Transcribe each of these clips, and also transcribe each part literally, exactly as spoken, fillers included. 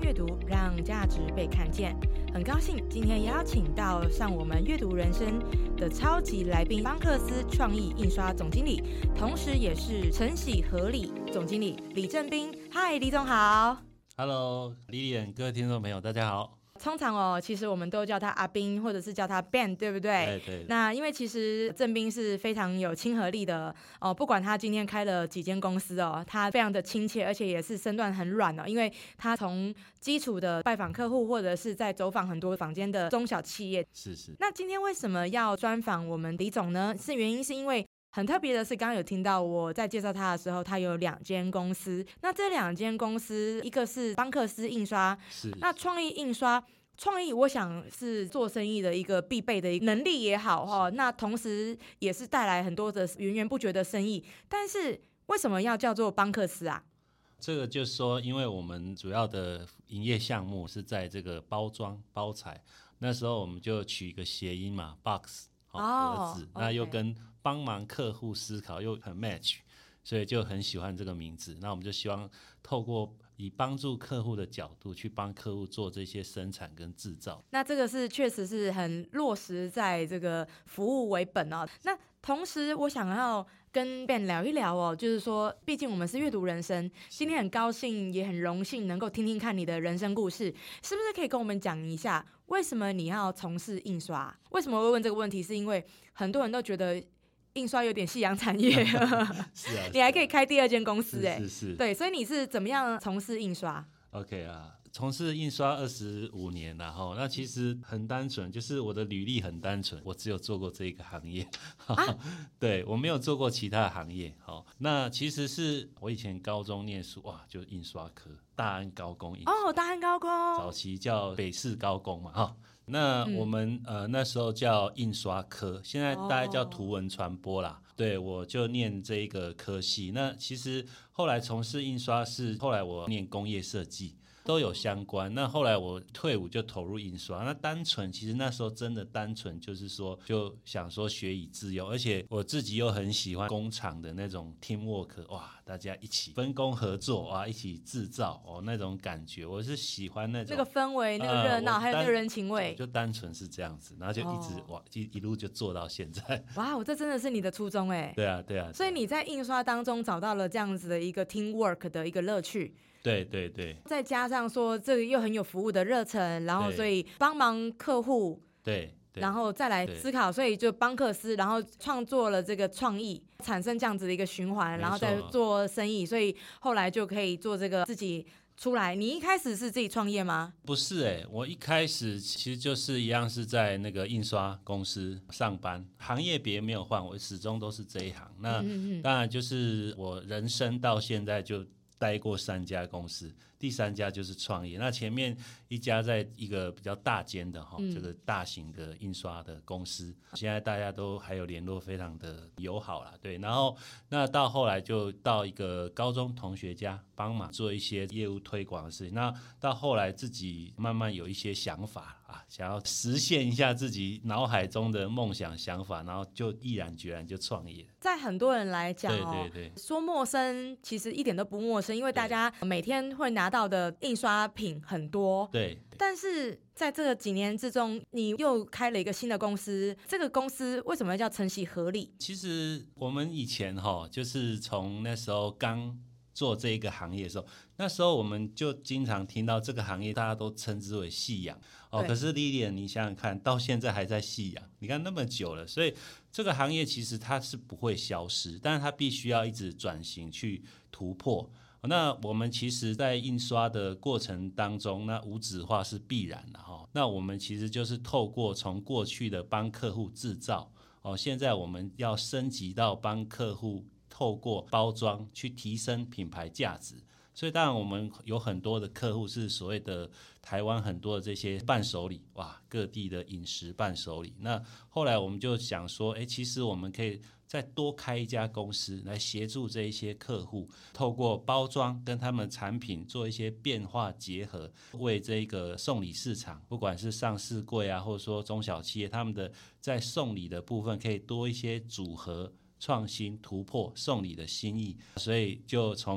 阅读，让价值被看见。很高兴今天邀请到上我们阅读人生的超级来宾，邦克斯创意印刷总经理，同时也是晨喜合理总经理李正彬。嗨，李总好。 Hello， Lilian， 各位听众朋友，大家好。 通常哦，其实我们都叫他阿彬，或者是叫他 Ben， 对不对？ 对对。 那因为其实正彬是非常有亲和力的哦，不管他今天开了几间公司哦，他非常的亲切，而且也是身段很软哦，因为他从基础的拜访客户，或者是在走访很多坊间的中小企业。 是是。 那今天为什么要专访我们李总呢？是原因是因为很特别的是，刚刚有听到我在介绍他的时候，他有两间公司。那这两间公司，一个是邦克斯印刷， 是那创意印刷。创意我想是做生意的一个必备的能力也好、哦、那同时也是带来很多的源源不绝的生意。但是为什么要叫做邦克斯啊？ 这个就是说，因为我们主要的营业项目是在这个包装包材，那时候我们就取一个谐音嘛 box 盒子、哦、那又跟帮忙客户思考又很 match， 所以就很喜欢这个名字。那我们就希望透过以帮助客户的角度去帮客户做这些生产跟制造。 那这个是确实是很落实在这个服务为本哦。那同时我想要跟 Ben 聊一聊哦，就是说毕竟我们是阅读人生，今天很高兴也很荣幸能够听听看你的人生故事，是不是可以跟我们讲一下为什么你要从事印刷？为什么会问这个问题，是因为很多人都觉得印刷有点夕阳产业是啊， 你还可以开第二间公司哎， 是是是， 对，所以你是怎么样从事印刷 ？OK 啊，从事印刷二十五年了哈，那其实很单纯，就是我的履历很单纯，我只有做过这一个行业，啊、对我没有做过其他的行业。好，那其实是我以前高中念书哇，就印刷科，大安高工印刷哦，大安高工， 早期叫北市高工嘛哈。那我们、嗯、呃那时候叫印刷科，现在大概叫图文传播啦。哦、对，我就念这一个科系。那其实后来从事印刷是后来我念工业设计。都有相关。那后来我退伍就投入印刷，那单纯其实那时候真的单纯就是说就想说学以致用，而且我自己又很喜欢工厂的那种 teamwork， 哇，大家一起分工合作，哇，一起制造哦那种感觉，我是喜欢那种那个氛围、那个热闹、呃、还有那个人情味， 就, 就单纯是这样子，然后就一直、哦、哇 一, 一路就做到现在。 哇，我这真的是你的初衷哎。 对啊对啊， 所以你在印刷当中找到了这样子的一个 teamwork 的一个乐趣。 对对对， 再加上说这个又很有服务的热忱，然后所以帮忙客户， 对， 然后再来思考，所以就邦克斯，然后创作了这个创意，产生这样子的一个循环，然后再做生意，所以后来就可以做这个自己出来。你一开始是自己创业吗？ 不是哎、欸，我一开始其实就是一样是在那个印刷公司上班，行业别没有换，我始终都是这一行。那当然就是我人生到现在就待过三家公司，第三家就是创业。那前面一家在一个比较大间的、嗯、这个大型的印刷的公司，现在大家都还有联络，非常的友好啦。对，然后那到后来就到一个高中同学家帮忙做一些业务推广的事情。那到后来自己慢慢有一些想法啊，想要实现一下自己脑海中的梦想想法，然后就毅然决然就创业。 在很多人来讲、哦、 对对对， 说陌生其实一点都不陌生，因为大家每天会拿到的印刷品很多。 对， 但是在这个几年之中，你又开了一个新的公司，这个公司为什么叫晨喜合理？ 其实我们以前、哦、就是从那时候刚做这一个行业的时候，那时候我们就经常听到这个行业大家都称之为夕阳哦。可是 Lilian 你想想看，到现在还在夕阳，你看那么久了，所以这个行业其实它是不会消失，但是它必须要一直转型去突破。那我们其实在印刷的过程当中，那无纸化是必然的哈。那我们其实就是透过从过去的帮客户制造哦，现在我们要升级到帮客户透过包装去提升品牌价值。所以当然我们有很多的客户是所谓的台湾很多的这些伴手礼，哇，各地的饮食伴手礼。那后来我们就想说，哎，其实我们可以再多开一家公司来协助这一些客户，透过包装跟他们产品做一些变化结合，为这个送礼市场，不管是上市柜啊，或者说中小企业，他们的在送礼的部分可以多一些组合、创新、突破送礼的心意。所以就从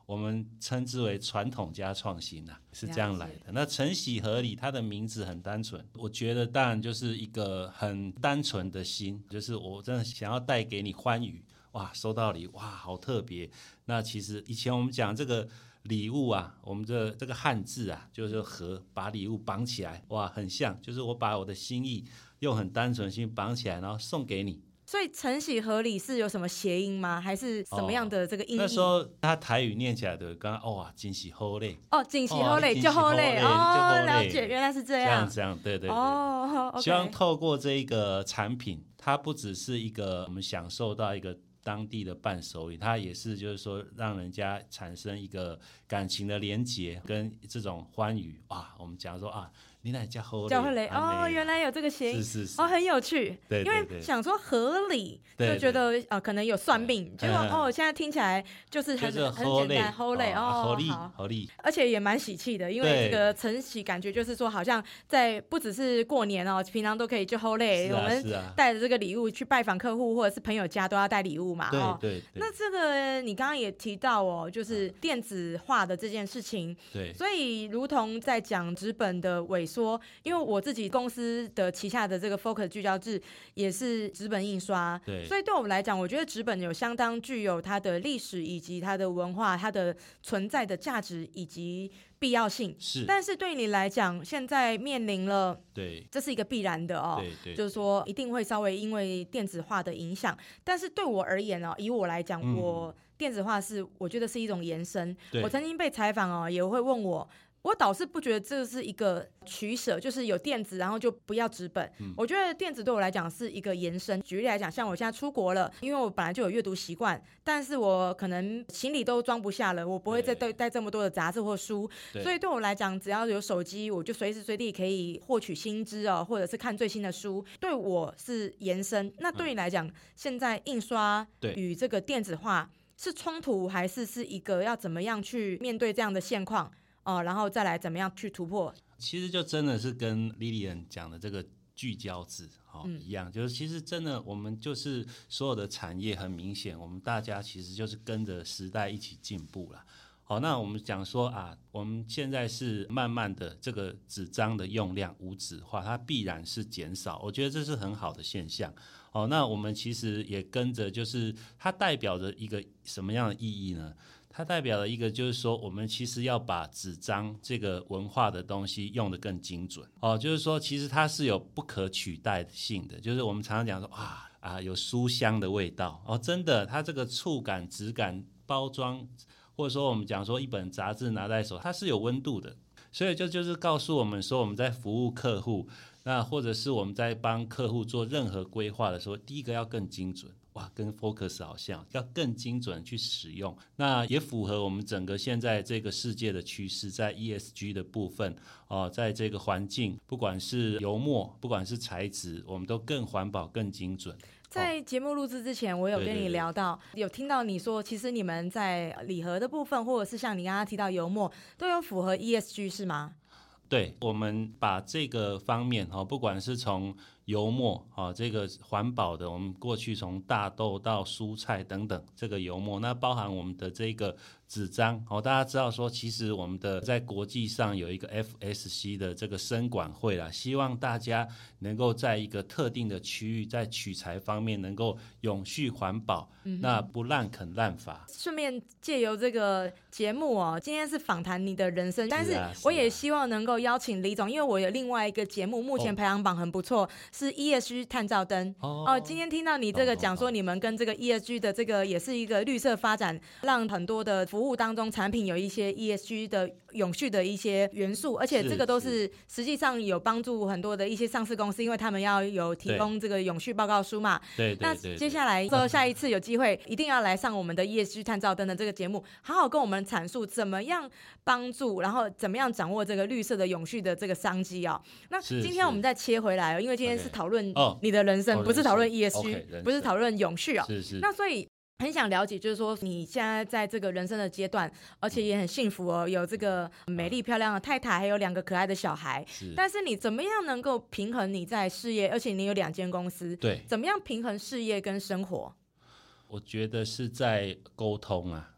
我们称之为传统加创新啊，是这样来的。那承喜合理，它的名字很单纯，我觉得当然就是一个很单纯的心，就是我真的想要带给你欢愉。哇，收到礼，哇，好特别。那其实以前我们讲这个礼物啊，我们这这个汉字啊，就是合，把礼物绑起来，哇，很像，就是我把我的心意用很单纯心绑起来，然后送给你。 所以承喜合理是有什么谐音吗？还是什么样的这个意义？哦、 那时候他台语念起来的，刚刚哇，惊喜好累哦，惊喜好累就好累哦，了解，原来是这样， 这样这样，对对对。 哦， okay、希望透过这个产品，它不只是一个我们享受到一个当地的伴手礼，它也是就是说让人家产生一个感情的连结跟这种欢愉。哇，我们讲说啊。你哪叫合叫合理哦，原来有这个谐音， 是是是， 哦，很有趣。 对对对， 因为想说合理，就觉得呃可能有算命，结果哦现在听起来就是很就是很简单，合理哦， 合理合理， 而且也蛮喜气的，因为这个承喜感觉就是说好像在不只是过年哦，平常都可以就合理，我们带着这个礼物去拜访客户或者是朋友家都要带礼物嘛， 哦，对对。 那这个你刚刚也提到哦，就是电子化的这件事情， 对， 所以如同在讲纸本的萎缩。说，因为我自己公司的旗下的这个 Focus 聚焦制也是纸本印刷， 对， 所以对我们来讲，我觉得纸本有相当具有它的历史以及它的文化、它的存在的价值以及必要性。 是， 但是对你来讲，现在面临了， 对， 这是一个必然的哦， 对对， 就是说一定会稍微因为电子化的影响，但是对我而言哦，以我来讲，嗯、我电子化是我觉得是一种延伸。我曾经被采访哦，也会问我。我倒是不觉得这是一个取舍，就是有电子然后就不要纸本、嗯、我觉得电子对我来讲是一个延伸。举例来讲，像我现在出国了，因为我本来就有阅读习惯，但是我可能行李都装不下了，我不会再带这么多的杂志或书，所以对我来讲，只要有手机我就随时随地可以获取新知哦，或者是看最新的书，对我是延伸。那对你来讲、嗯、现在印刷与这个电子化是冲突，还是是一个要怎么样去面对这样的现况哦，然后再来怎么样去突破？ 其实就真的是跟 Lilian 讲的这个聚焦制、哦嗯、一样，就是其实真的我们就是所有的产业很明显，我们大家其实就是跟着时代一起进步了。好，那我们讲说啊，我们现在是慢慢的这个纸张的用量无纸化，它必然是减少，我觉得这是很好的现象。好，那我们其实也跟着，就是它代表着一个什么样的意义呢？它代表了一个就是说，我们其实要把纸张这个文化的东西用得更精准哦，就是说其实它是有不可取代性的，就是我们常常讲说啊啊有书香的味道哦，真的，它这个触感、质感、包装，或者说我们讲说一本杂志拿在手，它是有温度的，所以就就是告诉我们说，我们在服务客户，那或者是我们在帮客户做任何规划的时候，第一个要更精准。哇，跟 Focus 好像，要更精准去使用，那也符合我们整个现在这个世界的趋势，在 E S G 的部分、呃、在这个环境，不管是油墨，不管是材质，我们都更环保、更精准。 在节目录制之前，我有跟你聊到，对对对，有听到你说，其实你们在礼盒的部分，或者是像你刚刚提到油墨，都有符合 E S G 是吗？ 对，我们把这个方面、哦、不管是从油墨、哦、这个环保的，我们过去从大豆到蔬菜等等，这个油墨，那包含我们的这个纸张、哦、大家知道说，其实我们的在国际上有一个 F S C 的这个生管会啦，希望大家能够在一个特定的区域，在取材方面能够永续环保、嗯、那不滥垦滥伐。 顺便借由这个节目哦，今天是访谈你的人生，但是我也希望能够邀请李总，因为我有另外一个节目，目前排行榜很不错，哦，是 E S G 探照灯。哦，哦，今天听到你这个讲说，你们跟这个 E S G 的这个也是一个绿色发展，让很多的服务当中产品有一些 E S G 的永续的一些元素，而且这个都是实际上有帮助很多的一些上市公司，因为他们要有提供这个永续报告书嘛。 对对 对, 对, 对。 那接下来说下一次有机会一定要来上我们的 E S G 探照灯的这个节目，好好跟我们阐述怎么样帮助，然后怎么样掌握这个绿色的永续的这个商机哦。那今天我们再切回来，因为今天是讨论你的人生， okay. 不是讨论 E S G， okay, 不是讨论永续哦。 是是。 那所以很想了解，就是说你现在在这个人生的阶段，而且也很幸福哦，有这个美丽漂亮的太太，还有两个可爱的小孩。是。但是你怎么样能够平衡你在事业，而且你有两间公司， 对， 怎么样平衡事业跟生活？ 我觉得是在沟通啊，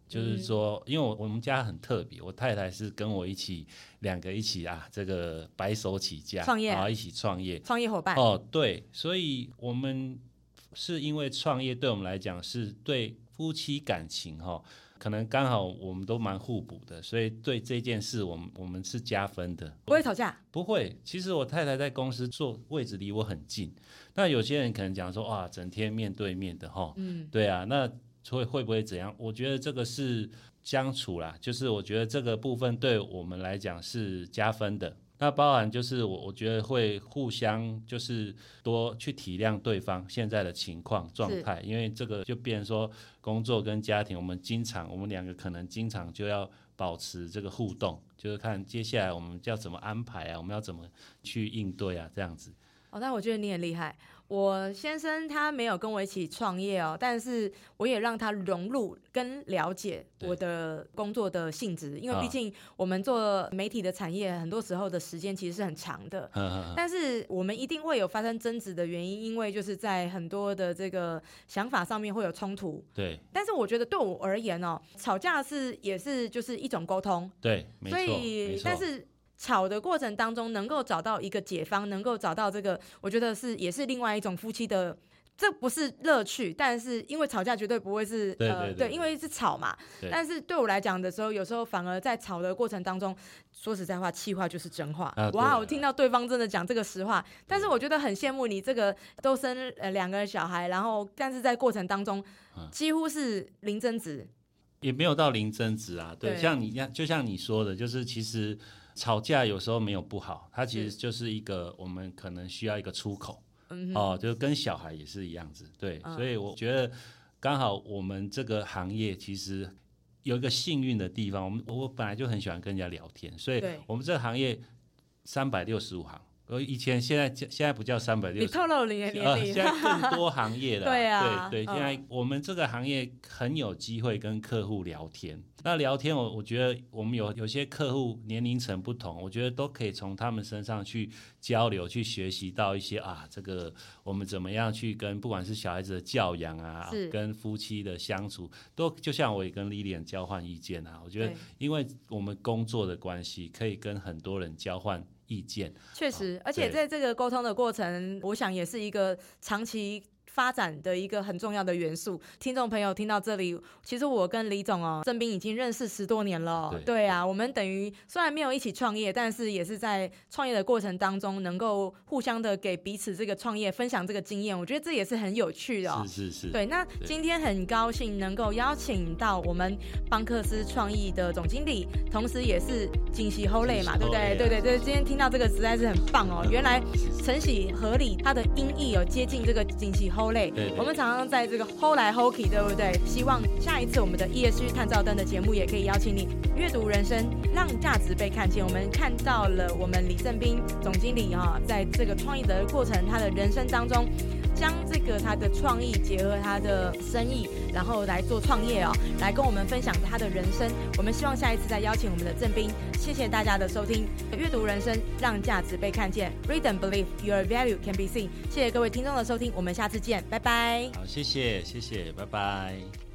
就是说，因为我我们家很特别，我太太是跟我一起两个一起啊，这个白手起家创业， 然后一起创业， 创业伙伴哦，对，所以我们是因为创业对我们来讲是对夫妻感情哈、哦，可能刚好我们都蛮互补的，所以对这件事我们我们是加分的。 不会吵架？ 不会，其实我太太在公司坐位置离我很近，那有些人可能讲说哇，整天面对面的哈、哦，嗯，对啊，那会会不会怎样？我觉得这个是相处啦，就是我觉得这个部分对我们来讲是加分的。那包含就是我我觉得会互相就是多去体谅对方现在的情况状态，因为这个就变成说工作跟家庭，我们经常我们两个可能经常就要保持这个互动，就是看接下来我们要怎么安排啊，我们要怎么去应对啊，这样子。 哦，但我觉得你很厉害。我先生他没有跟我一起创业哦，但是我也让他融入跟了解我的工作的性质，因为毕竟我们做媒体的产业，很多时候的时间其实是很长的。嗯、但是我们一定会有发生争执的原因，因为就是在很多的这个想法上面会有冲突。 对。 但是我觉得对我而言哦，吵架是也是就是一种沟通。 对，没错。 所以，但是。吵的过程当中能够找到一个解方，能够找到这个，我觉得是也是另外一种夫妻的，这不是乐趣，但是因为吵架绝对不会是对对 对, 呃对，因为是吵嘛。但是对我来讲的时候，有时候反而在吵的过程当中，说实在话，气话就是真话。啊、哇，我听到对方真的讲这个实话，但是我觉得很羡慕你这个都生呃两个小孩，然后但是在过程当中几乎是零争执。 也没有到零争执啊，对，对像你就像你说的，就是其实。吵架有时候没有不好，它其实就是一个我们可能需要一个出口，嗯、哦，就跟小孩也是一样子，对，嗯、所以我觉得刚好我们这个行业其实有一个幸运的地方，我们我本来就很喜欢跟人家聊天，所以我们这个行业三百六十五行。呃，以前现在现在不叫三百六十， 你透露你的年龄、呃， 现在更多行业了。 对啊， 对对，现在我们这个行业很有机会跟客户聊天。那聊天我，我觉得我们有有些客户年龄层不同，我觉得都可以从他们身上去交流，去学习到一些啊，这个我们怎么样去跟不管是小孩子的教养啊，跟夫妻的相处，都就像我也跟 Lilian 交换意见啊。我觉得，因为我们工作的关系，可以跟很多人交换意见， 确实，而且在这个沟通的过程，我想也是一个长期发展的一个很重要的元素。听众朋友听到这里，其实我跟李总哦，正斌已经认识十多年了。对, 对啊，我们等于虽然没有一起创业，但是也是在创业的过程当中，能够互相的给彼此这个创业分享这个经验，我觉得这也是很有趣的、哦。 是是是。 对，那今天很高兴能够邀请到我们邦克斯创意的总经理，同时也是锦喜后类嘛，对不对？对对对，今天听到这个实在是很棒哦。原来承喜合理它的音译有接近这个锦喜后类，我们常常在这个 hold 来 hold去，对不对？希望下一次我们的 E S G 探照灯的节目也可以邀请你阅读人生，让价值被看见。我们看到了我们李正斌总经理哈、哦，在这个创意的过程，他的人生当中，将这个他的创意结合他的生意，然后来做创业哦，来跟我们分享他的人生。我们希望下一次再邀请我们的正斌。谢谢大家的收听，阅读人生，让价值被看见。Read and believe your value can be seen。谢谢各位听众的收听，我们下次见，拜拜。 好，谢谢，谢谢，拜拜。